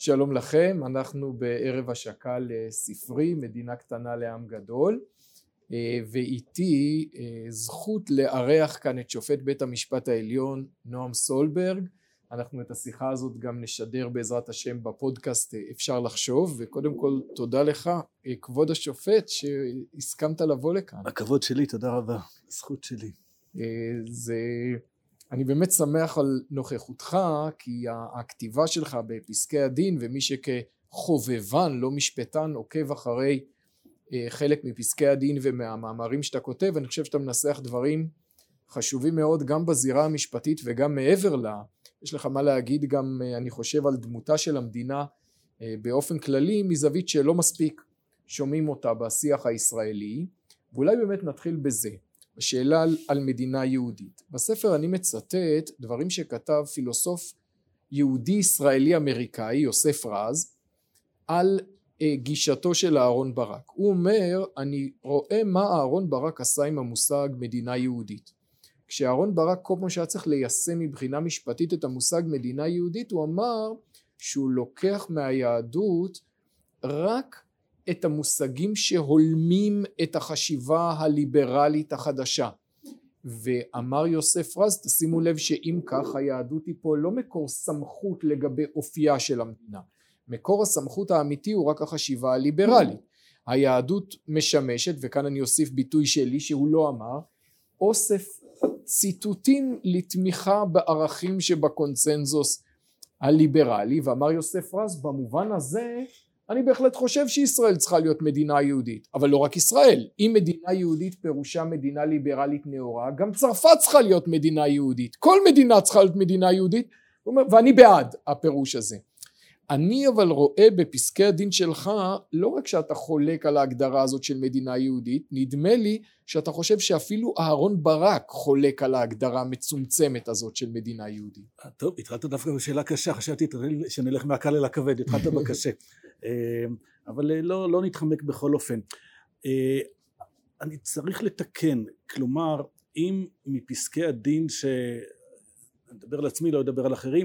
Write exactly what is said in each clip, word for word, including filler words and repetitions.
שלום לכם, אנחנו בערב השקה לספרי מדינה קטנה לעם גדול, ואיתי זכות לארח כאן את שופט בית המשפט העליון נועם סולברג. אנחנו את השיחה הזאת גם נשדר בעזרת השם בפודקאסט אפשר לחשוב, וקודם כל תודה לך כבוד השופט שהסכמת לבוא לכאן. הכבוד שלי, תודה רבה, זכות שלי. זה... אני באמת שמח על נוכחותך, כי הכתיבה שלך בפסקי הדין, ומי שכחובבן לא משפטן עוקב אחרי חלק מפסקי הדין ומהמאמרים שאתה כותב, אני חושב שאתה מנסח דברים חשובים מאוד גם בזירה המשפטית וגם מעבר לה. יש לך מה להגיד גם אני חושב על דמותה של המדינה באופן כללי, מזווית שלא מספיק שומעים אותה בשיח הישראלי, ואולי באמת נתחיל בזה. השאלה על, על מדינה יהודית. בספר אני מצטט דברים שכתב פילוסוף יהודי ישראלי אמריקאי יוסף רז על אה, גישתו של אהרון ברק. הוא אומר, אני רואה מה אהרון ברק עשה עם המושג מדינה יהודית. כשאהרון ברק כל פעם שהיה צריך ליישם מבחינה משפטית את המושג מדינה יהודית, הוא אמר שהוא לוקח מהיהדות רק את המושגים שהולמים את החשיבה הליברלית החדשה. ואמר יוסף רז, תשימו לב שאם כך היהדות היא פה לא מקור סמכות לגבי אופייה של המדינה. מקור הסמכות האמיתי הוא רק החשיבה הליברלית. היהדות משמשת, וכאן אני אוסיף ביטוי שלי שהוא לא אמר, אוסף ציטוטים לתמיכה בערכים שבקונצנזוס הליברלי, ואמר יוסף רז, במובן הזה אני בהחלט חושב שישראל צריכה להיות מדינה יהודית, אבל לא רק ישראל. אם מדינה יהודית פירושה מדינה ליברלית נאורה, גם צרפת צריכה להיות מדינה יהודית. כל מדינה צריכה להיות מדינה יהודית, ואני בעד הפירוש הזה. אני אבל רואה בפסקי הדין שלך, לא רק שאתה חולק על ההגדרה הזאת של מדינה יהודית, נדמה לי שאתה חושב שאפילו אהרון ברק חולק על ההגדרה המצומצמת הזאת של מדינה יהודית. טוב, התחלת דווקא בשאלה קשה, חשבתי שנלך מהקל אל הכבד, התחלת בקשה. אבל לא, לא נתחמק בכל אופן. אני צריך לתקן, כלומר, אם מפסקי הדין ש... אני אדבר על עצמי, לא אדבר על אחרים,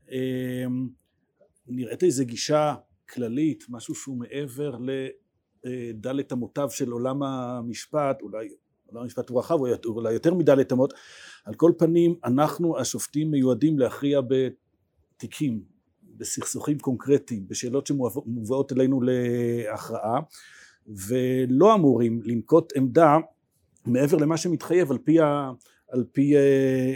נראית איזו גישה כללית, משהו שהוא מעבר לדלת אמותיו של עולם המשפט, אולי עולם המשפט הוא רחב, אולי יותר מדלת אמות, על כל פנים אנחנו השופטים מיועדים להכריע בתיקים, בסכסוכים קונקרטיים, בשאלות שמובאות אלינו להכרעה, ולא אמורים לנקוט עמדה מעבר למה שמתחייב על פי, ה, על פי אה,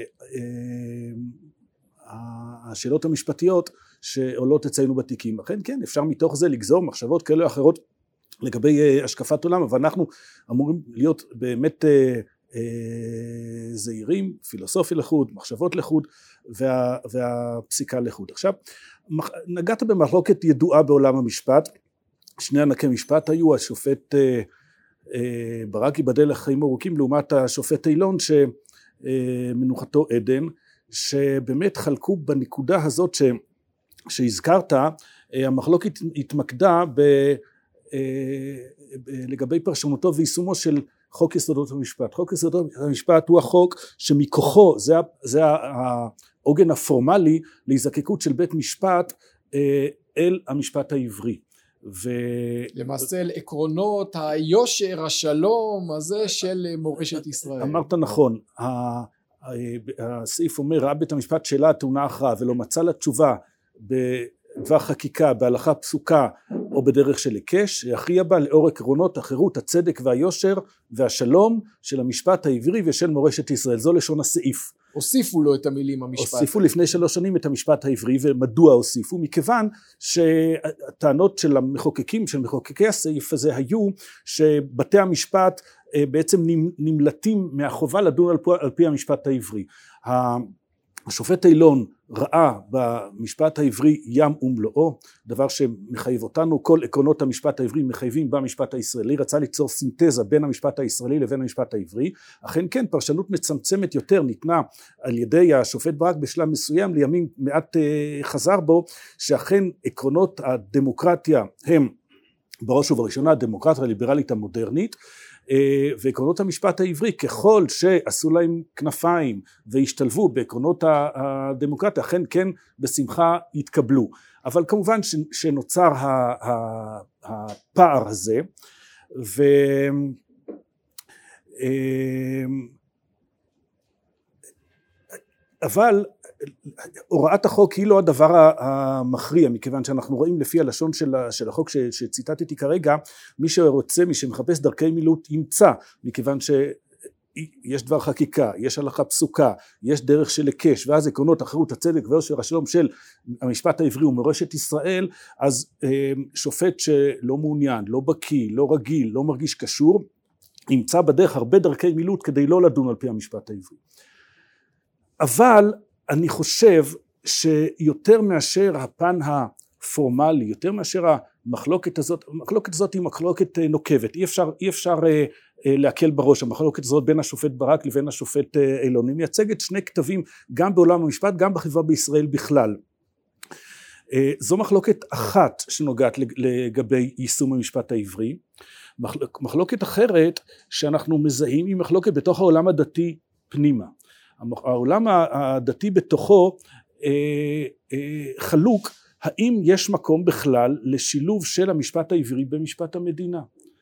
אה, השאלות המשפטיות שעולות אצלנו בתיקים. לכן כן, אפשר מתוך זה לגזור מחשבות כאלה או אחרות לגבי אה, השקפת עולם, אבל אנחנו אמורים להיות באמת אה, אה, זהירים, פילוסופיה לחוד, מחשבות לחוד, וה, והפסיקה לחוד. עכשיו, נגעת במחלוקת ידועה בעולם המשפט, שני ענקי משפט היו, השופט אה, אה, ברק ייבדל לחיים ארוכים, לעומת השופט אילון שמנוחתו עדן, שבאמת חלקו בנקודה הזאת ש, שהזכרת, אה, המחלוקת התמקדה ב, אה, לגבי פרשנותו ויישומו של חוק יסודות המשפט. חוק יסודות המשפט הוא החוק שמכוחו, זה, זה העוגן הפורמלי להיזקקות של בית משפט אל המשפט העברי. ו... למעשה אל עקרונות היושר, השלום הזה של מורשת ישראל. אמרת נכון, הסעיף אומר, ראה בית המשפט שאלה טעונה הכרעה ולא מצא לה תשובה בדבר חקיקה, בהלכה פסוקה או בדרך של היקש, יכריע בה לאור עקרונות החירות, הצדק והיושר והשלום של המשפט העברי ושל מורשת ישראל. זו לשון הסעיף. הוסיפו לו את המילים המשפט. הוסיפו לפני שלוש שנים את המשפט העברי, ומדוע הוסיפו? מכיוון שהטענות של המחוקקים, של מחוקקי הסעיף הזה היו שבתי המשפט בעצם נמלטים מהחובה לדון על פי המשפט העברי. השופט אילון ראה במשפט העברי ים ומלואו, דבר שמחייב אותנו, כל עקרונות המשפט העברי מחייבים במשפט הישראלי, רצה ליצור סינתזה בין המשפט הישראלי לבין המשפט העברי, אכן כן פרשנות מצמצמת יותר ניתנה על ידי השופט ברק בשלב מסוים, לימים מעט חזר בו, שאכן עקרונות הדמוקרטיה הם בראש ובראשונה הדמוקרטיה הליברלית המודרנית, ועקרונות המשפט העברי ככל שעשו להם כנפיים והשתלבו בעקרונות הדמוקרטיה אכן כן בשמחה יתקבלו, אבל כמובן שנוצר הפער הזה, ו אבל הוראת החוק היא לא הדבר המכריע, מכיוון שאנחנו רואים לפי הלשון של החוק שציטטתי כרגע, מי שרוצה, מי שמחפש דרכי מילוט ימצא, מכיוון שיש דבר חקיקה, יש הלכה פסוקה, יש דרך של היקש, ואז עקרונות החירות, הצדק ויושר השלום של המשפט העברי ומורשת ישראל, אז שופט שלא מעוניין, לא בקיא, לא רגיל, לא מרגיש קשור, ימצא בדרך הרבה דרכי מילוט כדי לא לדון על פי המשפט העברי. אבל אני חושב שיותר מאשר הפן הפורמלי, יותר מאשר המחלוקת הזאת, המחלוקת הזאת היא מחלוקת נוקבת, אי אפשר, אי אפשר להקל בראש, המחלוקת הזאת בין השופט ברק לבין השופט אילון, היא מייצגת שני כתבים גם בעולם המשפט, גם בחברה בישראל בכלל. זו מחלוקת אחת שנוגעת לגבי יישום המשפט העברי, מחלוקת אחרת שאנחנו מזהים היא מחלוקת בתוך העולם הדתי פנימה. העולם הדתי בתוכו חלוק, האם יש מקום בכלל לשילוב של המשפט העברי במשפט המדינה.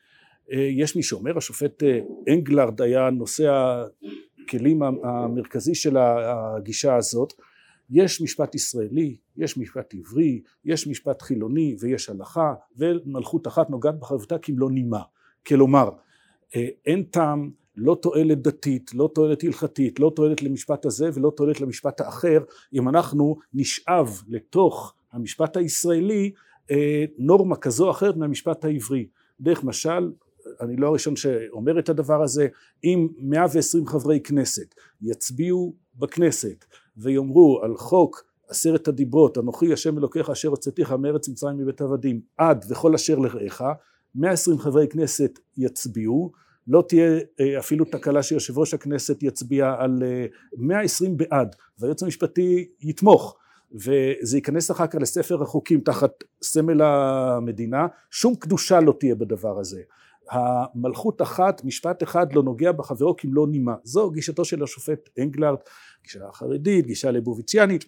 יש מי שאומר, השופט אנגלרד היה נושא הכלים המרכזי של הגישה הזאת, יש משפט ישראלי, יש משפט עברי, יש משפט חילוני ויש הלכה, ומלכות אחת נוגעת בחברתה כמלוא נימה. כלומר, אין טעם, לא תועלת דתית, לא תועלת הלכתית, לא תועלת למשפט הזה ולא תועלת למשפט האחר, אם אנחנו נשאב לתוך המשפט הישראלי נורמה כזו או אחרת מהמשפט העברי. דרך משל, אני לא הראשון שאומר את הדבר הזה, אם מאה ועשרים חברי כנסת יצביעו בכנסת ויאמרו על חוק עשרת הדיברות, אנוכי השם אלוקיך אשר הוצאתיך מארץ מצרים מבית עבדים עד וכל אשר לרעך, מאה ועשרים חברי כנסת יצביעו, לא תהיה אפילו תקלה שיושב ראש הכנסת יצביע על מאה ועשרים בעד והיועץ המשפטי יתמוך, וזה ייכנס אחר כך לספר החוקים תחת סמל המדינה, שום קדושה לא תהיה בדבר הזה. המלכות אחת, משפט אחד לא נוגע בחברו כמלוא נימה. זו גישתו של השופט אנגלרד, גישה חרדית, גישה ליבוביציאנית.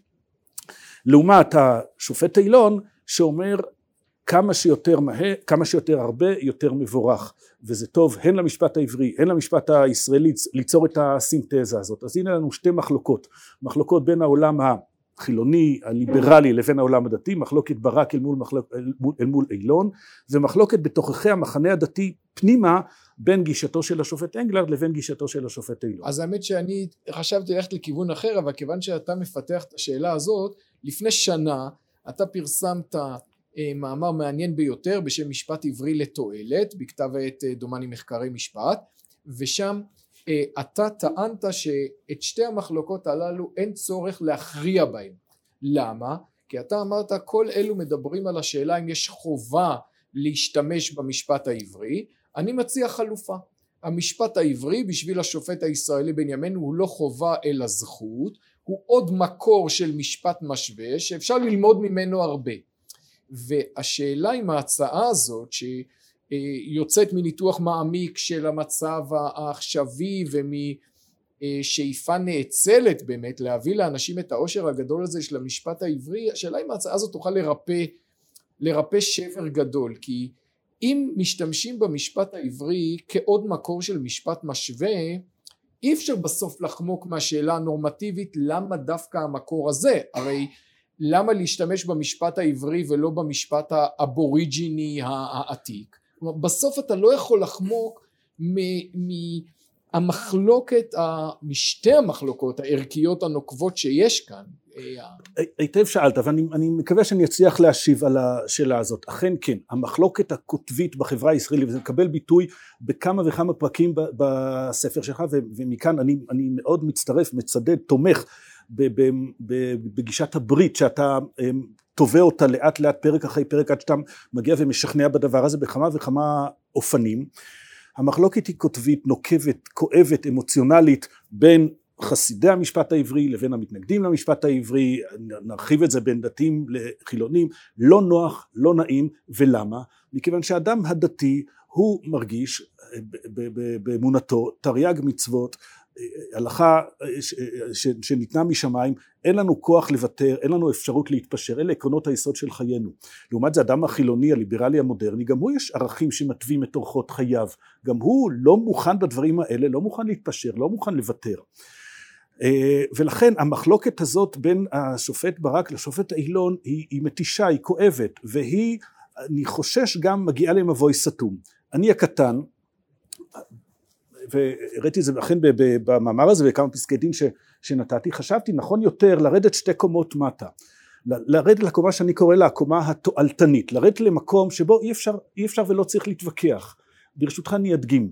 לעומת השופט אילון שאומר כמה שיותר מהר, כמה שיותר הרבה, יותר מבורך, וזה טוב הן למשפט העברי, הן למשפט הישראלי ליצור את הסינתזה הזאת. אז הנה לנו שתי מחלוקות, מחלוקות בין העולם החילוני, הליברלי, לבין העולם הדתי, מחלוקת ברק אל מול, מחלוק, אל מול, אל מול אילון, ומחלוקת בתוככי המחנה הדתי פנימה, בין גישתו של השופט אנגלרד לבין גישתו של השופט אילון. אז האמת שאני חשבתי ללכת לכיוון אחר, אבל כיוון שאתה מפתח את השאלה הזאת, לפני שנה אתה פרסמת מאמר מעניין ביותר בשם משפט עברי לתועלת, בכתב עת דומני מחקרי משפט, ושם אתה טענת שאת שתי המחלוקות הללו אין צורך להכריע בהם. למה? כי אתה אמרת כל אלו מדברים על השאלה אם יש חובה להשתמש במשפט העברי, אני מציע חלופה. המשפט העברי בשביל השופט הישראלי בנימין הוא לא חובה אלא זכות, הוא עוד מקור של משפט משווה שאפשר ללמוד ממנו הרבה. והשאלה עם ההצעה הזאת שיוצאת מניתוח מעמיק של המצב העכשווי ומשאיפה נאצלת באמת להביא לאנשים את העושר הגדול הזה של המשפט העברי, השאלה אם ההצעה הזאת תוכל לרפא, לרפא שבר גדול, כי אם משתמשים במשפט העברי כעוד מקור של משפט משווה, אי אפשר בסוף לחמוק מהשאלה הנורמטיבית למה דווקא המקור הזה, הרי למה להשתמש במשפט העברי ולא במשפט האבוריג'יני העתיק? בסוף אתה לא יכול לחמוק מהמחלוקת, משתי המחלוקות הערכיות הנוקבות שיש כאן. היטב שאלת, ואני מקווה שאני אצליח להשיב על השאלה הזאת. אכן כן, המחלוקת הכותבית בחברה הישראלית, וזה מקבל ביטוי בכמה וכמה פרקים בספר שלך, ומכאן אני, אני מאוד מצטרף, מצדד, תומך, בגישת הברית שאתה תובע אותה לאט לאט פרק אחרי פרק עד שאתה מגיע ומשכנע בדבר הזה בכמה וכמה אופנים. המחלוקת היא כותבית, נוקבת, כואבת, אמוציונלית בין חסידי המשפט העברי לבין המתנגדים למשפט העברי, נרחיב את זה בין דתיים לחילונים, לא נוח, לא נעים, ולמה? מכיוון שהאדם הדתי הוא מרגיש באמונתו תרי"ג מצוות, הלכה שניתנה משמיים, אין לנו כוח לוותר, אין לנו אפשרות להתפשר, אלה עקרונות היסוד של חיינו. לעומת זה אדם החילוני, הליברלי המודרני, גם הוא יש ערכים שמתווים את אורחות חייו, גם הוא לא מוכן בדברים האלה, לא מוכן להתפשר, לא מוכן לוותר. ולכן המחלוקת הזאת בין השופט ברק לשופט אילון היא, היא מתישה, היא כואבת, והיא, אני חושש, גם מגיעה למבוי סתום. אני הקטן, והראיתי את זה אכן במאמר הזה וכמה פסקי דין ש, שנתתי, חשבתי נכון יותר לרדת שתי קומות מטה, לרדת לקומה שאני קורא לה הקומה התועלתנית, לרדת למקום שבו אי אפשר, אי אפשר ולא צריך להתווכח. ברשותך אני אדגים.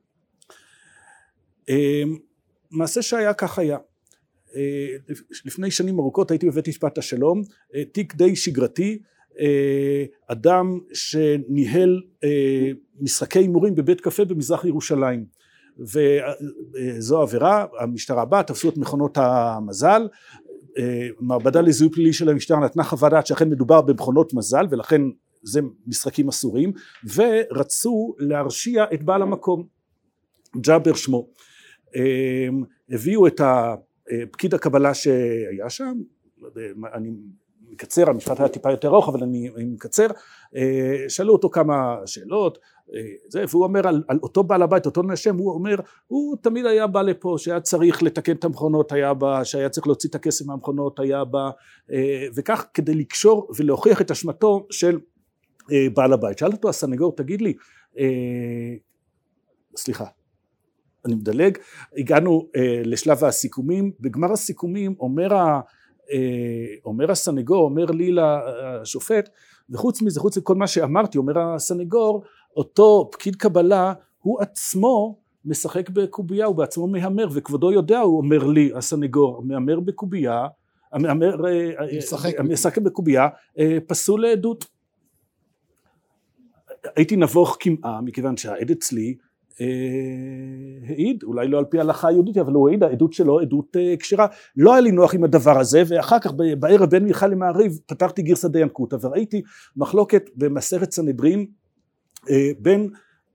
מעשה שהיה כך היה. לפני שנים ארוכות הייתי בבית משפט השלום, תיק די שגרתי, אדם שניהל משחקי הימורים בבית קפה במזרח ירושלים, וזו עבירה, המשטרה באה, תפסו את מכונות המזל, מעבדה לזיהוי פלילי של המשטרה נתנה חוות דעת שאכן מדובר במכונות מזל, ולכן זה משחקים אסורים, ורצו להרשיע את בעל המקום, ג'אבר שמו. הביאו את פקיד הקבלה שהיה שם, אני מקצר, המשפט היה טיפה יותר ארוך אבל אני מקצר, שאלו אותו כמה שאלות, זה, והוא אומר על, על אותו בעל הבית, אותו נשם, הוא אומר, הוא תמיד היה בא לפה, שהיה צריך לתקן את המכונות, היה בא, שהיה צריך להוציא את הכסף מהמכונות, היה בא, וכך כדי לקשור ולהוכיח את אשמתו של בעל הבית. שאל אותו הסנגור, תגיד לי, סליחה, אני מדלג, הגענו לשלב הסיכומים, בגמר הסיכומים אומר ה... אומר הסנגור, אומר לי לשופט, וחוץ מזה, חוץ מכל מה שאמרתי, אומר הסנגור, אותו פקיד קבלה, הוא עצמו משחק בקובייה, הוא בעצמו מהמר, וכבודו יודע, הוא אומר לי, הסנגור, מהמר בקובייה, המהמר, משחק בקובייה, פסול לעדות. הייתי נבוך כמעה, מכיוון שהעד אצלי, העיד, אולי לא על פי ההלכה היהודית, אבל הוא העיד, העדות שלו עדות קשירה, לא היה לי נוח עם הדבר הזה, ואחר כך בערב בין מנחה למעריב פתרתי גרסא דיינקותא, וראיתי מחלוקת במסכת סנהדרין בין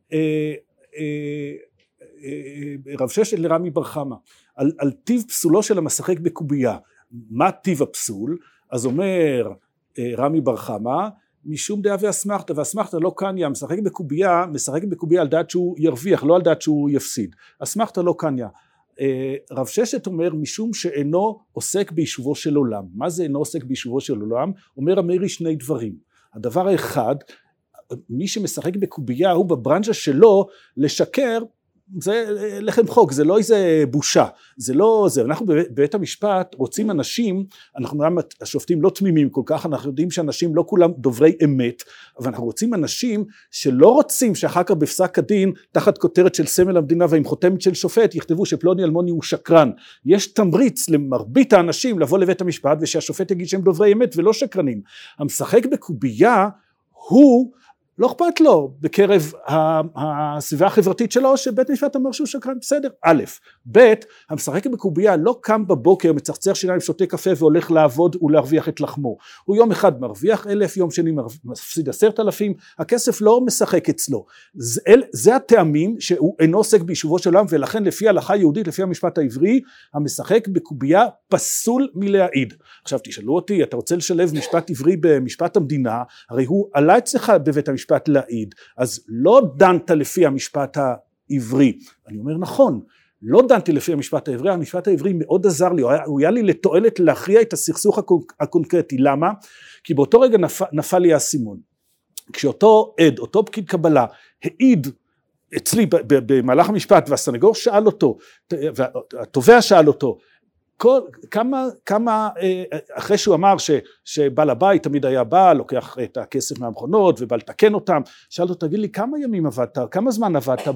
רב ששת לרמי בר חמא, על, על טיב פסולו של המשחק בקובייה. מה טיב הפסול? אז אומר רמי בר חמא, משום דעה ואסמכתא, ואסמכתא לא קניה, משחק בקובייה, משחק בקובייה על דעת שהוא ירוויח, לא על דעת שהוא יפסיד. אסמכתא לא קניה. רב ששת אומר, משום שאינו עוסק ביישובו של עולם. מה זה אינו עוסק ביישובו של עולם? אומר המרי שני דברים. הדבר האחד, מי שמשחק בקובייה הוא בברנז'ה שלו לשקר, זה לחם חוק, זה לא איזה בושה, זה לא זה, אנחנו בבית המשפט רוצים אנשים, אנחנו השופטים לא תמימים כל כך, אנחנו יודעים שאנשים לא כולם דוברי אמת, אבל אנחנו רוצים אנשים שלא רוצים שאחר כך בפסק הדין, תחת כותרת של סמל המדינה ועם חותמת של שופט, יכתבו שפלוני אלמוני הוא שקרן. יש תמריץ למרבית האנשים לבוא לבית המשפט, ושהשופט יגיד שהם דוברי אמת ולא שקרנים. המשחק בקובייה הוא לא אכפת לו בקרב הסביבה החברתית שלו שבית משפט אומר שהוא שקרן, בסדר, א', ב', המשחק בקובייה לא קם בבוקר, מצחצח שיניים, שותה קפה והולך לעבוד ולהרוויח את לחמו, הוא יום אחד מרוויח אלף, יום שני מפסיד עשרת אלפים, הכסף לא משחק אצלו, זה, זה הטעמים שהוא אינו עוסק ביישובו של עולם, ולכן לפי ההלכה היהודית, לפי המשפט העברי, המשחק בקובייה פסול מלהעיד. עכשיו תשאלו אותי, אתה רוצה לשלב משפט עברי במשפט המדינה, הרי הוא עלה אצלך בבית המשפט משפט להעיד, אז לא דנת לפי המשפט העברי. אני אומר נכון, לא דנתי לפי המשפט העברי, המשפט העברי מאוד עזר לי, הוא היה לי לתועלת להכריע את הסכסוך הקונקרטי. למה? כי באותו רגע נפל, נפל לי האסימון. כשאותו עד, אותו פקיד קבלה, העיד אצלי במהלך המשפט, והסנגור שאל אותו, והתובע שאל אותו, כל, כמה, כמה, אחרי שהוא אמר ש, שבעל הבית תמיד היה בא, לוקח את הכסף מהמכונות ובא לתקן אותם, שאל אותו, תגיד לי, כמה ימים עבדת, כמה זמן עבדת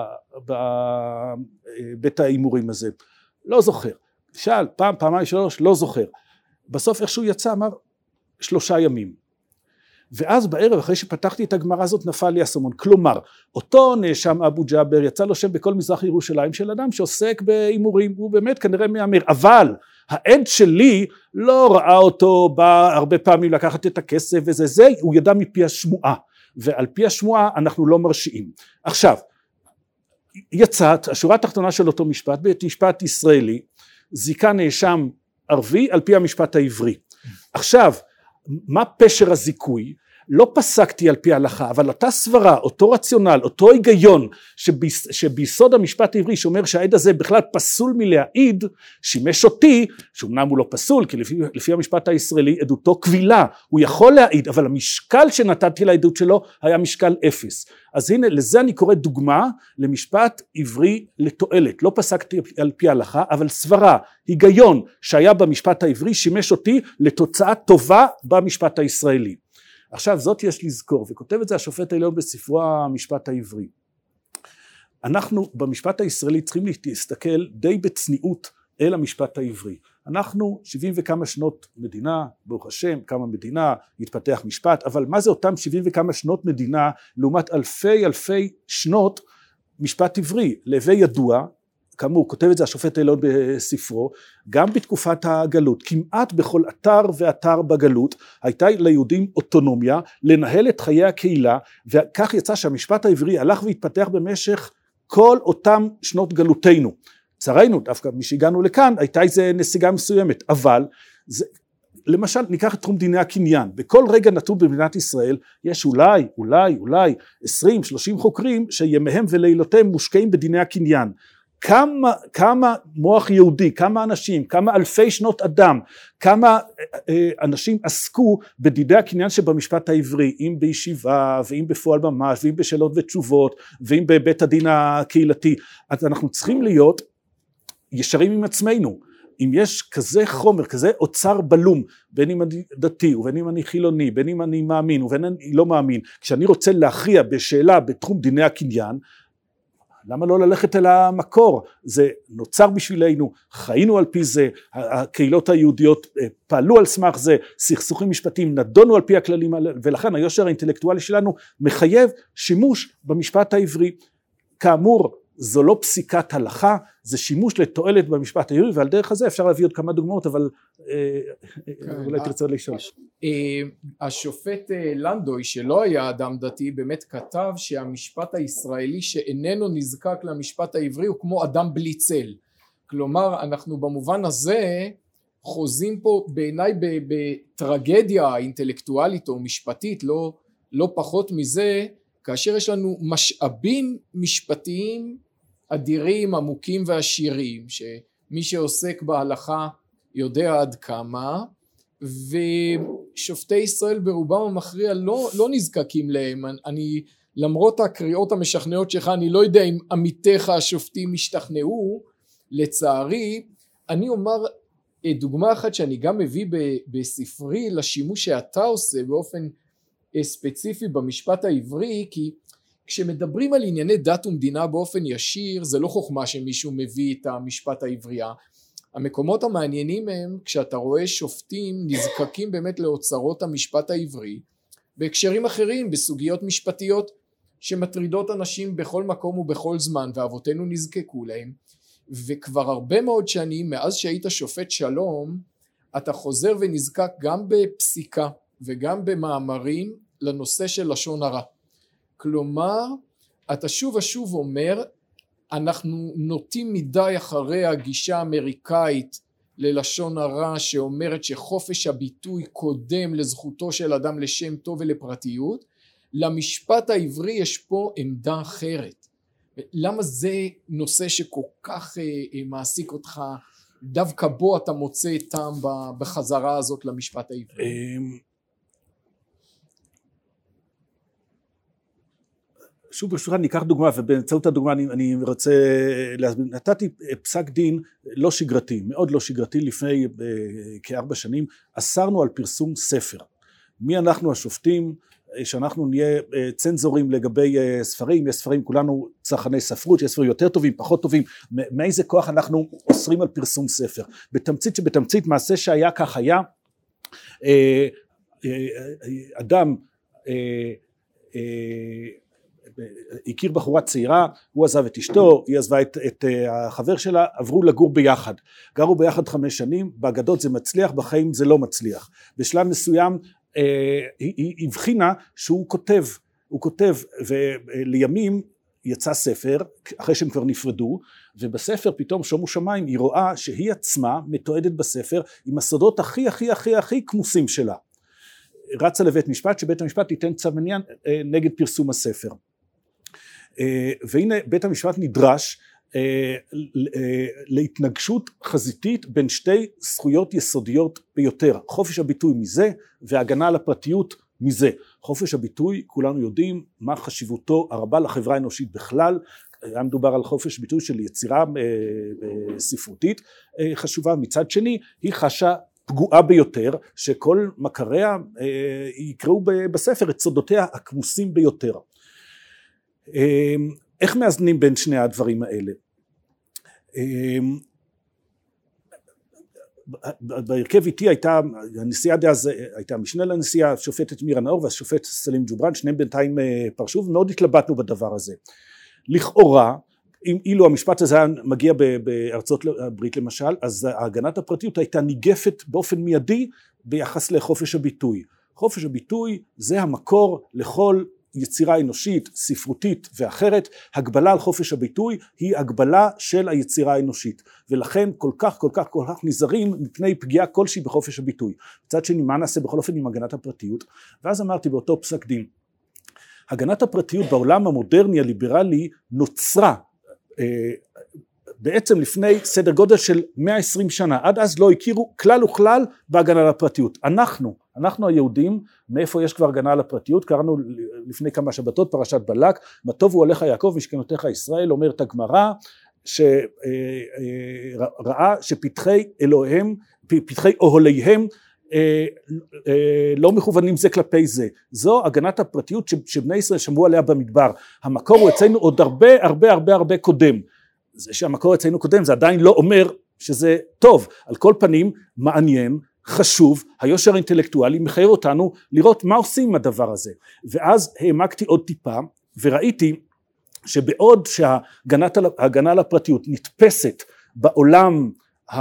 בבית האימורים הזה? לא זוכר. שאל, פעם, פעמיים, שלוש, לא זוכר. בסוף איכשהו יצא, אמר, שלושה ימים. ואז בערב, אחרי שפתחתי את הגמרא הזאת, נפל לי האסימון. כלומר, אותו נאשם אבו ג'אבר, יצא לו שם בכל מזרח ירושלים של אדם שעוסק באימורים, הוא באמת כנראה מאמר, אבל העד שלי לא ראה אותו, בא הרבה פעמים לקחת את הכסף וזה, זה, הוא ידע מפי השמועה. ועל פי השמועה אנחנו לא מרשיעים. עכשיו, יצאת, השורה התחתונה של אותו משפט, בית משפט ישראלי, זיכה נאשם ערבי על פי המשפט העברי. עכשיו, מה פשר הזיכוי? לא פסקתי על פי ההלכה, אבל אותה סברה, אותו רציונל, אותו היגיון שביס, שביסוד המשפט העברי שאומר שהעד הזה בכלל פסול מלהעיד, שימש אותי, שאומנם הוא לא פסול, כי לפי, לפי המשפט הישראלי עדותו קבילה, הוא יכול להעיד, אבל המשקל שנתתי לעדות שלו היה משקל אפס. אז הנה, לזה אני קורא דוגמה למשפט עברי לתועלת. לא פסקתי על פי ההלכה, אבל סברה, היגיון שהיה במשפט העברי, שימש אותי לתוצאה טובה במשפט הישראלי. עכשיו זאת יש לזכור, וכותב את זה השופט העליון בספרו המשפט העברי. אנחנו במשפט הישראלי צריכים להסתכל די בצניעות אל המשפט העברי. אנחנו שבעים וכמה שנות מדינה, ברוך השם, כמה מדינה, התפתח משפט, אבל מה זה אותם שבעים וכמה שנות מדינה לעומת אלפי אלפי שנות משפט עברי? להווי ידוע, כאמור, כותב את זה השופט העליון בספרו, גם בתקופת הגלות, כמעט בכל אתר ואתר בגלות, הייתה ליהודים אוטונומיה לנהל את חיי הקהילה, וכך יצא שהמשפט העברי הלך והתפתח במשך כל אותם שנות גלותנו. צרינו, דווקא משהגענו לכאן, הייתה איזו נסיגה מסוימת, אבל זה, למשל ניקח את תחום דיני הקניין, בכל רגע נתון במדינת ישראל יש אולי, אולי, אולי עשרים שלושים חוקרים שימיהם ולילותיהם מושקעים בדיני הקניין. כמה, כמה מוח יהודי, כמה אנשים, כמה אלפי שנות אדם, כמה אה, אנשים עסקו בדיני הקניין שבמשפט העברי, אם בישיבה ואם בפועל ממש ואם בשאלות ותשובות ואם בבית הדין הקהילתי. אז אנחנו צריכים להיות ישרים עם עצמנו. אם יש כזה חומר, כזה אוצר בלום, בין אם אני דתי ובין אם אני חילוני, בין אם אני מאמין ובין אם אני לא מאמין, כשאני רוצה להכריע בשאלה בתחום דיני הקניין, למה לא ללכת אל המקור? זה נוצר בשבילנו, חיינו על פי זה, הקהילות היהודיות פעלו על סמך זה, סכסוכים משפטיים נדונו על פי הכללים האלה, ולכן היושר האינטלקטואלי שלנו מחייב שימוש במשפט העברי. כאמור, זו לא פסיקת הלכה, זה שימוש לתועלת במשפט העברי, ועל דרך הזה אפשר להביא עוד כמה דוגמאות, אבל אולי תרצה לשאול. השופט לנדוי, שלא היה אדם דתי, באמת כתב שהמשפט הישראלי שאיננו נזקק למשפט העברי הוא כמו אדם בלי צל. כלומר, אנחנו במובן הזה חוזים פה בעיניי בטרגדיה אינטלקטואלית או משפטית, לא, לא פחות מזה, כאשר יש לנו משאבים משפטיים אדירים, עמוקים ועשירים, שמי שעוסק בהלכה יודע עד כמה, ושופטי ישראל ברובם המכריע לא, לא נזקקים להם. אני, למרות הקריאות המשכנעות שלך, אני לא יודע אם עמיתיך השופטים השתכנעו, לצערי. אני אומר דוגמה אחת שאני גם מביא בספרי לשימוש שאתה עושה באופן ספציפי במשפט העברי, כי כשמדברים על ענייני דת ומדינה באופן ישיר, זה לא חוכמה שמישהו מביא את המשפט העברייה. המקומות המעניינים הם כשאתה רואה שופטים נזקקים באמת לאוצרות המשפט העברי, בהקשרים אחרים, בסוגיות משפטיות שמטרידות אנשים בכל מקום ובכל זמן, ואבותינו נזקקו להם. וכבר הרבה מאוד שנים, מאז שהיית שופט שלום, אתה חוזר ונזקק גם בפסיקה, וגם במאמרים לנושא של לשון הרע. כלומר, אתה שוב ושוב אומר, אנחנו נוטים מדי אחרי הגישה האמריקאית ללשון הרע, שאומרת שחופש הביטוי קודם לזכותו של אדם לשם טוב ולפרטיות. למשפט העברי יש פה עמדה אחרת. למה זה נושא שכל כך מעסיק אותך, דווקא בו אתה מוצא טעם בחזרה הזאת למשפט העברי? שוב ברשותך ניקח דוגמה, ובאמצעות הדוגמה אני, אני רוצה להסביר. נתתי פסק דין לא שגרתי, מאוד לא שגרתי, לפני כארבע שנים, אסרנו על פרסום ספר. מי אנחנו השופטים שאנחנו נהיה צנזורים לגבי ספרים? יש ספרים, כולנו צרכני ספרות, יש ספרים יותר טובים, פחות טובים, מאיזה כוח אנחנו אוסרים על פרסום ספר? בתמצית שבתמצית מעשה שהיה כך היה, אדם הכיר בחורה צעירה, הוא עזב את אשתו, היא עזבה את, את החבר שלה, עברו לגור ביחד, גרו ביחד חמש שנים, באגדות זה מצליח, בחיים זה לא מצליח. בשלב מסוים אה, היא, היא הבחינה שהוא כותב, הוא כותב, ולימים יצא ספר, אחרי שהם כבר נפרדו, ובספר פתאום שומו שמיים, היא רואה שהיא עצמה מתועדת בספר, עם הסודות הכי הכי הכי הכי כמוסים שלה. רצה לבית משפט, שבית המשפט ייתן צו מניעה נגד פרסום הספר. והנה בית המשפט נדרש להתנגשות חזיתית בין שתי זכויות יסודיות ביותר, חופש הביטוי מזה והגנה על הפרטיות מזה. חופש הביטוי, כולנו יודעים מה חשיבותו הרבה לחברה האנושית בכלל, היה מדובר על חופש ביטוי של יצירה ספרותית חשובה, מצד שני היא חשה פגועה ביותר, שכל מכריה יקראו בספר את סודותיה הכמוסים ביותר. איך מאזנים בין שני הדברים האלה? בהרכב איתי הייתה, הנשיאה דאז הייתה המשנה לנשיאה, השופטת מירה נאור והשופט סלים ג'ובראן, שניהם בינתיים פרשו, ומאוד התלבטנו בדבר הזה. לכאורה, אם אילו המשפט הזה היה מגיע בארצות הברית למשל, אז הגנת הפרטיות הייתה ניגפת באופן מיידי ביחס לחופש הביטוי. חופש הביטוי זה המקור לכל יצירה אנושית, ספרותית ואחרת. הגבלה על חופש הביטוי היא הגבלה של היצירה האנושית, ולכן כל כך כל כך כל כך נזהרים מפני פגיעה כלשהי בחופש הביטוי. מצד שני, מה נעשה בכל אופן עם הגנת הפרטיות? ואז אמרתי באותו פסק דין, הגנת הפרטיות בעולם המודרני הליברלי נוצרה בעצם לפני סדר גודל של מאה ועשרים שנה, עד אז לא הכירו כלל וכלל בהגנה על הפרטיות. אנחנו, אנחנו היהודים, מאיפה יש כבר הגנה על הפרטיות? קראנו לפני כמה שבתות פרשת בלק, מה טוב הוא עליך יעקב משכנותיך ישראל, אומרת הגמרא, שראה שפתחי אלוהיהם, פתחי אוהליהם, לא מכוונים זה כלפי זה. זו הגנת הפרטיות שבני ישראל שמעו עליה במדבר. המקור הוא אצלנו עוד הרבה הרבה הרבה הרבה קודם. זה שהמקור אצלנו קודם זה עדיין לא אומר שזה טוב. על כל פנים מעניין, חשוב, היושר האינטלקטואלי מחייב אותנו לראות מה עושים עם הדבר הזה. ואז העמקתי עוד טיפה וראיתי שבעוד שההגנה על הפרטיות נתפסת בעולם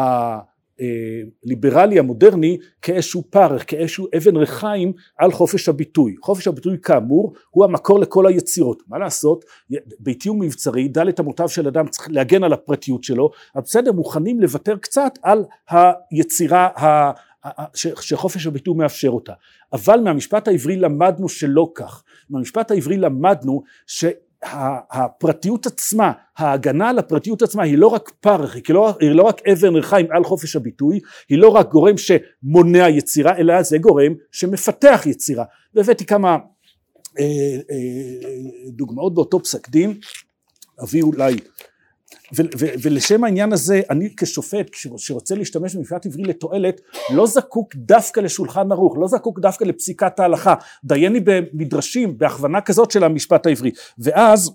הליברלי המודרני כאיזשהו פרך, כאיזשהו אבן רחיים על חופש הביטוי. חופש הביטוי כאמור הוא המקור לכל היצירות. מה לעשות? ביתי ומבצרי, דלת אמותיו של אדם צריך להגן על הפרטיות שלו, אבל בסדר, מוכנים לוותר קצת על היצירה ה... שחופש הביטוי מאפשר אותה. אבל מהמשפט העברי למדנו שלא כך. מהמשפט העברי למדנו ש... הפרטיות עצמה, ההגנה על הפרטיות עצמה היא לא רק פרח, היא לא, היא לא רק אבן רחיים על חופש הביטוי, היא לא רק גורם שמונע יצירה, אלא זה גורם שמפתח יצירה. והבאתי כמה אה, אה, דוגמאות באותו פסק דין, אביא אולי, ו, ו, ולשם העניין הזה, אני כשופט שרוצה להשתמש במשפט עברי לתועלת, לא זקוק דווקא לשולחן ערוך, לא זקוק דווקא לפסיקת ההלכה, דייני במדרשים, בהכוונה כזאת של המשפט העברי. ואז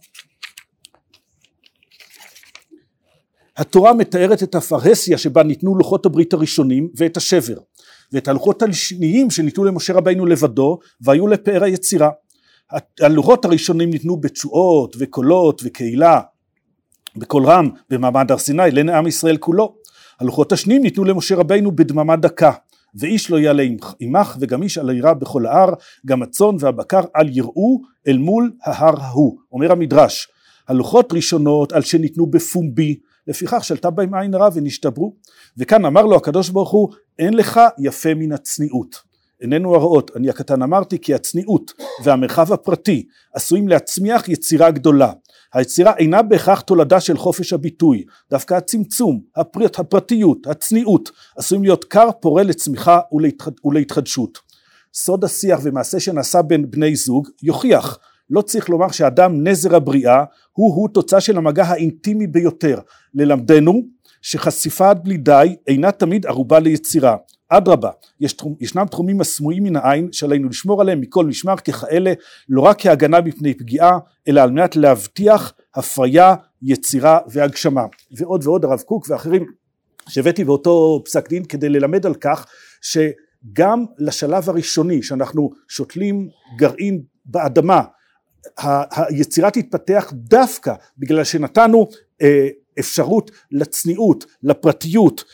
התורה מתארת את הפרהסיה שבה ניתנו לוחות הברית הראשונים ואת השבר, ואת הלוחות השניים שניתנו למשה רבינו לבדו והיו לפאר היצירה. הלוחות הראשונים ניתנו בתשואות וקולות וקהילה, בקול רם, במעמד הר סיני, לעם ישראל כולו. הלוחות השניים ניתנו למשה רבינו בדממה דקה, ואיש לא יעלה עמך, וגם איש על עירה בכל ההר, גם הצאן והבקר אל יראו אל מול ההר ההוא. אומר המדרש, הלוחות ראשונות על שניתנו בפומבי, לפיכך שלטה בהם עין הרע ונשתברו. וכאן אמר לו הקדוש ברוך הוא, אין לך יפה מן הצניעות. איננו הרעות, אני הקטן אמרתי כי הצניעות והמרחב הפרטי עשויים להצמיח יצירה גדולה. היצירה אינה בהכרח תולדה של חופש הביטוי, דווקא הצמצום, הפרט, הפרטיות, הצניעות, עשויים להיות קר פורה לצמיחה ולהתחד, ולהתחדשות. סוד השיח ומעשה שנעשה בין בני זוג יוכיח, לא צריך לומר שאדם נזר הבריאה, הוא-הוא תוצאה של המגע האינטימי ביותר. ללמדנו שחשיפה עד בלי די אינה תמיד ערובה ליצירה. אדרבה, יש תחום, ישנם תחומים הסמויים מן העין שעלינו לשמור עליהם מכל משמר ככאלה, לא רק כהגנה מפני פגיעה, אלא על מנת להבטיח הפריה, יצירה והגשמה. ועוד ועוד הרב קוק ואחרים שהבאתי באותו פסק דין כדי ללמד על כך שגם לשלב הראשוני שאנחנו שותלים גרעין באדמה, היצירה תתפתח דווקא בגלל שנתנו אפשרות לצניעות, לפרטיות.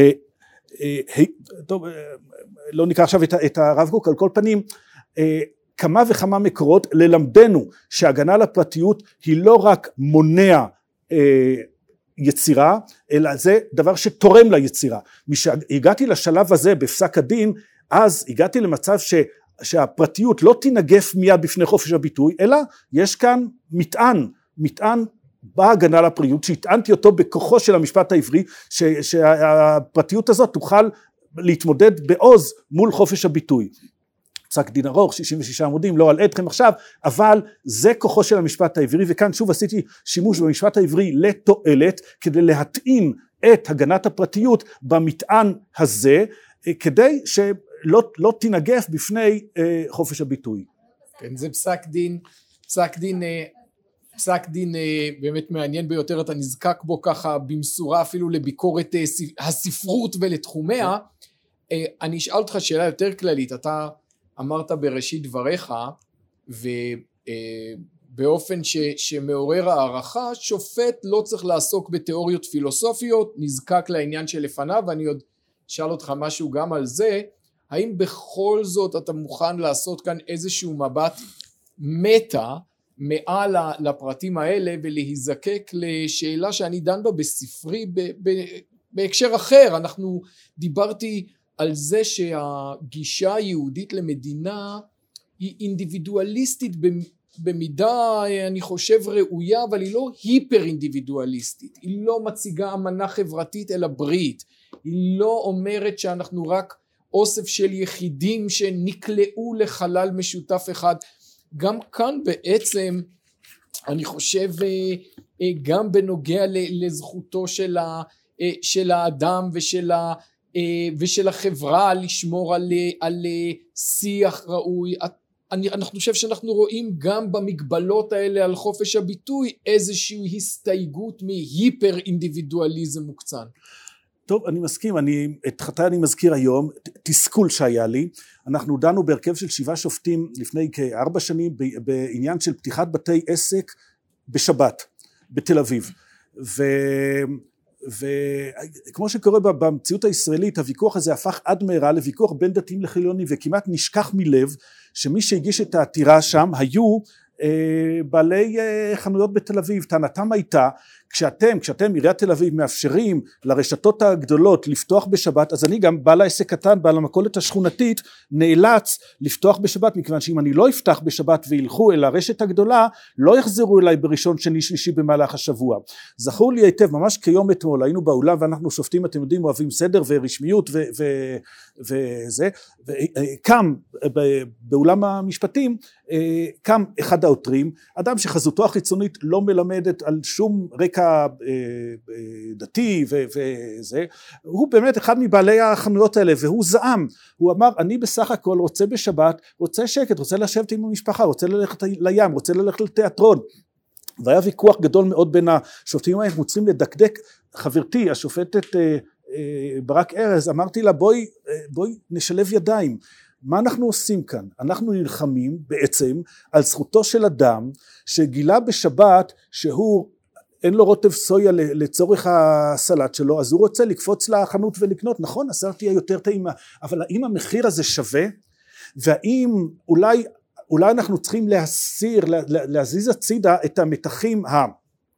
טוב, לא נקרא עכשיו את הרב קוק, על כל פנים כמה וכמה מקורות ללמדנו שהגנה לפרטיות היא לא רק מונע אה, יצירה, אלא זה דבר שתורם ליצירה. משהגעתי לשלב הזה בפסק הדין, אז הגעתי למצב ש, שהפרטיות לא תנגף מיד בפני חופש הביטוי, אלא יש כאן מטען, מטען בהגנה לפרטיות, שהטענתי אותו בכוחו של המשפט העברי, ש, שהפרטיות הזאת תוכל להתמודד בעוז מול חופש הביטוי. פסק דין ארוך, שישים ושישה עמודים, לא אלאה אתכם עכשיו, אבל זה כוחו של המשפט העברי, וכאן שוב עשיתי שימוש במשפט העברי לתועלת, כדי להתאים את הגנת הפרטיות במטען הזה, כדי שלא לא תנגף בפני אה, חופש הביטוי. כן, זה פסק דין, פסק דין, פסק דין באמת מעניין ביותר, אתה נזקק בו ככה במשורה אפילו לביקורת הספרות ולתחומיה. אני אשאל אותך שאלה יותר כללית, אתה אמרת בראשית דבריך, ובאופן ש, שמעורר הערכה, שופט לא צריך לעסוק בתיאוריות פילוסופיות, נזקק לעניין שלפניו, ואני עוד אשאל אותך משהו גם על זה, האם בכל זאת אתה מוכן לעשות כאן איזשהו מבט מטה, מעל לפרטים האלה, ולהיזקק לשאלה שאני דן בה בספרי, ב, ב, בהקשר אחר, אנחנו דיברתי על זה שהגישה היהודית למדינה היא אינדיבידואליסטית במידה אני חושב ראויה, אבל היא לא היפר אינדיבידואליסטית, היא לא מציגה אמנה חברתית אלא ברית, היא לא אומרת שאנחנו רק אוסף של יחידים שנקלעו לחלל משותף אחד. גם כאן בעצם אני חושב גם בנוגע לזכותו של, ה, של האדם ושל ה ושל החברה לשמור על, על שיח ראוי, אני, אני חושב שאנחנו רואים גם במגבלות האלה על חופש הביטוי איזושהי הסתייגות מהיפר אינדיבידואליזם מוקצן. טוב, אני מסכים, אני, את חטאי אני מזכיר היום, תסכול שהיה לי, אנחנו דנו בהרכב של שבעה שופטים לפני כארבע שנים בעניין של פתיחת בתי עסק בשבת בתל אביב, ו... וכמו שקורה במציאות הישראלית, הוויכוח הזה הפך עד מהרה לוויכוח בין דתיים לחילונים, וכמעט נשכח מלב שמי שהגיש את העתירה שם היו אה, בעלי אה, חנויות בתל אביב. טענתם הייתה, כשאתם, כשאתם עיריית תל אביב מאפשרים לרשתות הגדולות לפתוח בשבת, אז אני גם בעל העסק קטן, בעל המכולת השכונתית, נאלץ לפתוח בשבת, מכיוון שאם אני לא אפתח בשבת וילכו אל הרשת הגדולה, לא יחזרו אליי בראשון, שני, שלישי במהלך השבוע. זכור לי היטב, ממש כיום אתמול, היינו באולם ואנחנו שופטים, אתם יודעים, אוהבים סדר ורשמיות ו- ו- וזה, וקם באולם המשפטים, קם אחד העותרים, אדם שחזותו החיצונית לא מלמדת על שום רקע דתי וזה, הוא באמת אחד מבעלי החנויות האלה, והוא זעם, הוא אמר אני בסך הכל רוצה בשבת, רוצה שקט, רוצה לשבת עם המשפחה, רוצה ללכת לים, רוצה ללכת לתיאטרון, והיה ויכוח גדול מאוד בין השופטים האלה, אנחנו צריכים לדקדק. חברתי השופטת ברק ארז, אמרתי לה בואי, בואי נשלב ידיים, מה אנחנו עושים כאן? אנחנו נלחמים בעצם על זכותו של אדם שגילה בשבת שהוא אין לו רוטב סויה לצורך הסלט שלו, אז הוא רוצה לקפוץ לחנות ולקנות, נכון, הסלט תהיה יותר טעימה, אבל האם המחיר הזה שווה? והאם אולי, אולי אנחנו צריכים להסיר, להזיז הצידה את המתחים ה...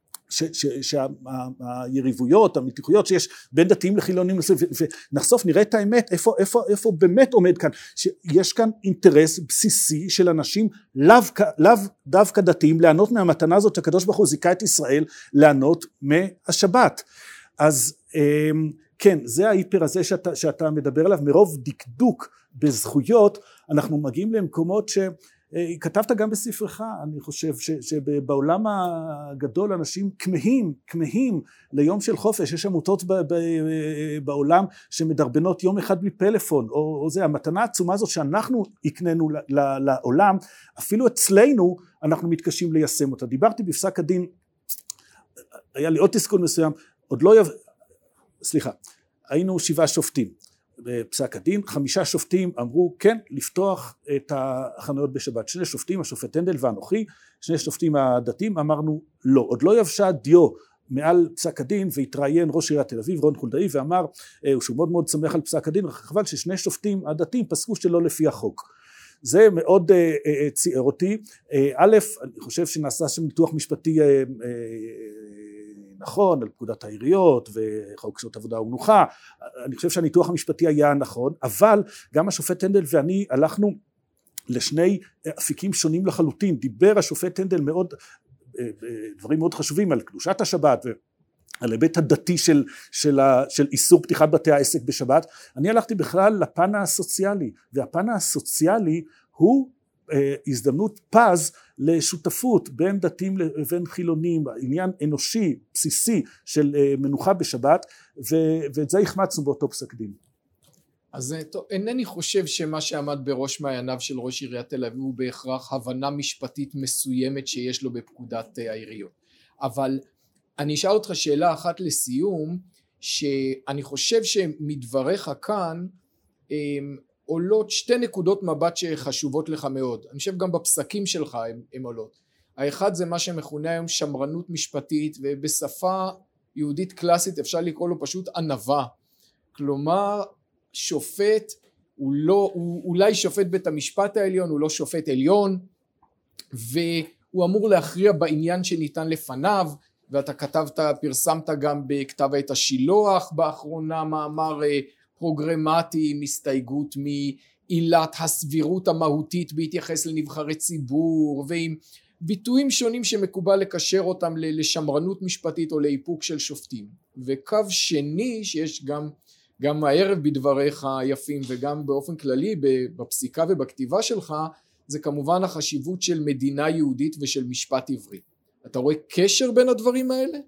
שהיריבויות, המתיחויות שיש בין דתיים לחילונים, ונחשוף, נראה את האמת, איפה, איפה, איפה באמת עומד כאן, שיש כאן אינטרס בסיסי של אנשים, לאו דווקא דתיים, לענות מהמתנה הזאת שהקדוש ברוך הוא זיכה את ישראל, לענות מהשבת. אז כן, זה ההיפר הזה שאתה, שאתה מדבר עליו, מרוב דקדוק בזכויות, אנחנו מגיעים למקומות ש... כתבת גם בספרך, אני חושב ש, שבעולם הגדול אנשים כמהים, כמהים ליום של חופש, יש עמותות ב, ב, בעולם שמדרבנות יום אחד בלי פלאפון, או, או זה, המתנה העצומה הזאת שאנחנו הקננו ל, ל, לעולם, אפילו אצלנו אנחנו מתקשים ליישם אותה. דיברתי בפסק הדין, היה לי עוד תסכול מסוים, עוד לא, יב... סליחה, היינו שבעה שופטים, בפסק הדין, חמישה שופטים אמרו כן לפתוח את החנויות בשבת, שני שופטים, השופט הנדל ואנוכי, שני שופטים הדתיים, אמרנו לא, עוד לא יבשה דיו מעל פסק הדין, והתראיין ראש עיריית תל אביב רון חולדאי ואמר שהוא מאוד מאוד שמח על פסק הדין, חבל ששני שופטים הדתיים פסקו שלא לפי החוק. זה מאוד ציער אותי. א', אני חושב שנעשה שם ניתוח משפטי נכון על פקודת העיריות וחוק שעות עבודה ומנוחה, אני חושב שהניתוח המשפטי היה נכון, אבל גם השופט הנדל ואני הלכנו לשני אפיקים שונים לחלוטין. דיבר השופט הנדל מאוד, דברים מאוד חשובים על קדושת השבת ועל היבט הדתי של, של, של איסור פתיחת בתי העסק בשבת. אני הלכתי בכלל לפן הסוציאלי, והפן הסוציאלי הוא הזדמנות פז לשותפות בין דתיים לבין חילונים, עניין אנושי בסיסי של מנוחה בשבת, ואת זה החמצנו באותו פסק דין. אז טוב, אינני חושב שמה שעמד בראש מעייניו של ראש עיריית תל אביב הוא בהכרח הבנה משפטית מסוימת שיש לו בפקודת העיריות, אבל אני אשאל אותך שאלה אחת לסיום, שאני חושב שמדבריך כאן עולות שתי נקודות מבט שחשובות לך מאוד, אני חושב גם בפסקים שלך הן עולות. האחד זה מה שמכונה היום שמרנות משפטית, ובשפה יהודית קלאסית אפשר לקרוא לו פשוט ענווה, כלומר שופט הוא לא, הוא אולי שופט בית המשפט העליון, הוא לא שופט עליון, והוא אמור להכריע בעניין שניתן לפניו, ואתה כתבת, פרסמת גם בכתב עת השילוח באחרונה מאמר פרוגרמטי עם הסתייגות מעילת הסבירות המהותית בהתייחס לנבחרי ציבור, ועם ביטויים שונים שמקובל לקשר אותם לשמרנות משפטית או לאיפוק של שופטים. וקו שני שיש גם גם הערב בדבריך היפים וגם באופן כללי בפסיקה ובכתיבה שלך, זה כמובן החשיבות של מדינה יהודית ושל משפט עברי. אתה רואה קשר בין הדברים האלה?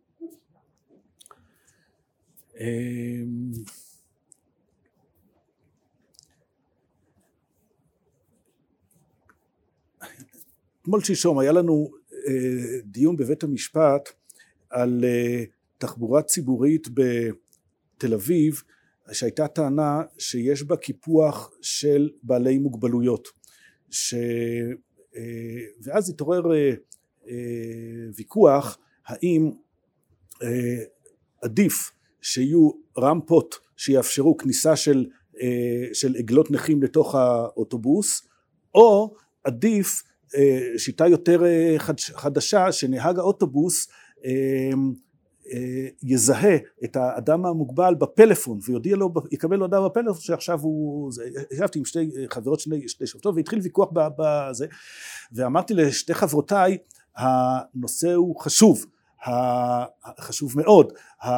אתמול שלשום היה לנו דיון בבית המשפט על תחבורה ציבורית בתל אביב, שהייתה טענה שיש בה קיפוח של בעלי מוגבלויות, ש... ואז התעורר ויכוח האם עדיף שיהיו רמפות שיאפשרו כניסה של, של עגלות נכים לתוך האוטובוס, או עדיף שיטה יותר חדשה שנהג האוטובוס יזהה את האדם המוגבל בפלאפון ויודיע לו, יקבל לו אדם בפלאפון שעכשיו הוא, ישבתי עם שתי חברות, שני, שתי שופטות, והתחיל ויכוח בזה, ואמרתי לשתי חברותיי, הנושא הוא חשוב, חשוב מאוד,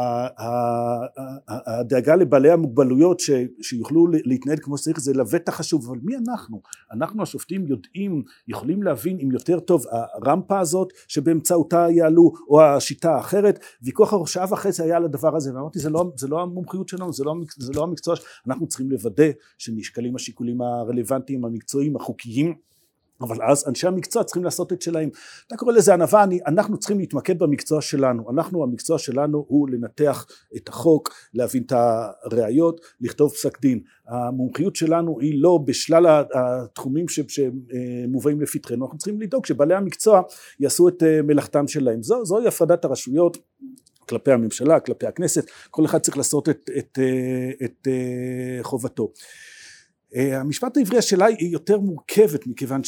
הדאגה לבעלי המוגבלויות שיוכלו להתנהל כמו שצריך זה לבטח חשוב, אבל מי אנחנו? אנחנו השופטים יודעים, יכולים להבין אם יותר טוב הרמפה הזאת שבאמצעותה יעלו או השיטה האחרת. ויכוח שעה וחצי היה על הדבר הזה, ואמרתי זה לא, זה לא המומחיות שלנו, זה לא, זה לא המקצוע, אנחנו צריכים לוודא שנשקלים השיקולים הרלוונטיים, המקצועיים, החוקיים, אבל אז אנשי המקצוע צריכים לעשות את שלהם. אתה קורא לזה ענווה, אנחנו צריכים להתמקד במקצוע שלנו, אנחנו, המקצוע שלנו הוא לנתח את החוק, להבין את הראיות, לכתוב פסק דין. המומחיות שלנו היא לא בשלל התחומים שמובאים לפתחנו, אנחנו צריכים לדאוג שבעלי המקצוע יעשו את מלאכתם שלהם. זו, זוהי הפרדת הרשויות כלפי הממשלה, כלפי הכנסת, כל אחד צריך לעשות את, את, את, את חובתו. המשפט העברי השאלה היא יותר מורכבת, מכיוון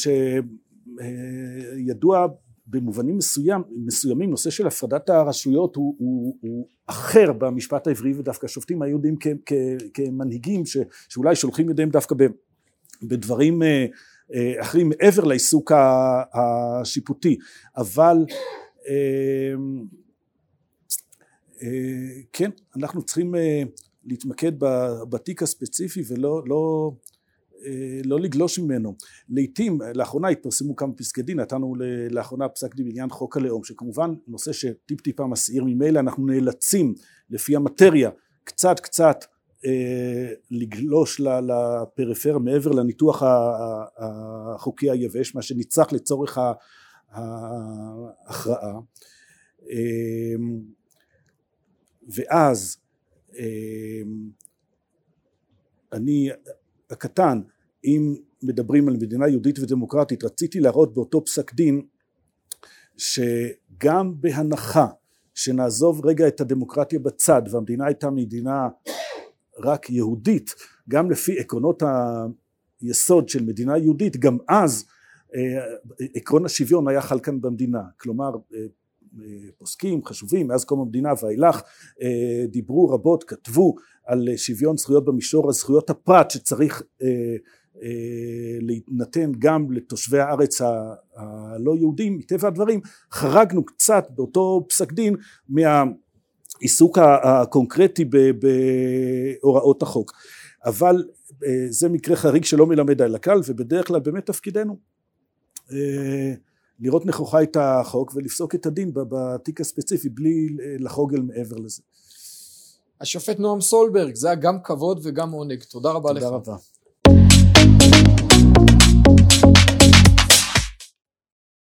שידוע במובנים מסוים, מסוימים נושא של הפרדת הרשויות הוא, הוא, הוא אחר במשפט העברי, ודווקא השופטים היו יודעים כ, כ, כמנהיגים ש, שאולי שולחים ידיהם דווקא ב, בדברים אחרים מעבר לעיסוק השיפוטי, אבל כן, אנחנו צריכים להתמקד בתיק הספציפי ולא לא, לא לגלוש ממנו. לעתים, לאחרונה התפרסמו כמה פסקי דין, נתנו לאחרונה פסק דין בעניין חוק הלאום, שכמובן נושא שטיפ טיפה מסעיר, ממילא אנחנו נאלצים לפי המטריה קצת קצת אה, לגלוש לפריפריה מעבר לניתוח החוקי היבש, מה שנצטרך לצורך ההכרעה. אה, ואז אני הקטן, אם מדברים על מדינה יהודית ודמוקרטית, רציתי להראות באותו פסק דין שגם בהנחה שנעזוב רגע את הדמוקרטיה בצד והמדינה הייתה מדינה רק יהודית, גם לפי עקרונות היסוד של מדינה יהודית, גם אז עקרון השוויון היה חל כאן במדינה, כלומר פוסקים חשובים מאז קום המדינה ואילך דיברו רבות, כתבו על שוויון זכויות במישור הזכויות הפרט שצריך להתנתן גם לתושבי הארץ הלא יהודים. מטבע הדברים חרגנו קצת באותו פסק דין מהעיסוק הקונקרטי בהוראות החוק, אבל זה מקרה חריג שלא מלמד על הכלל, ובדרך כלל באמת תפקידנו לראות נכוחה את החוק ולפסוק את הדין בתיק הספציפי בלי לחוג אל מעבר לזה. השופט נועם סולברג, זה היה גם כבוד וגם עונג, תודה רבה לך. תודה רבה.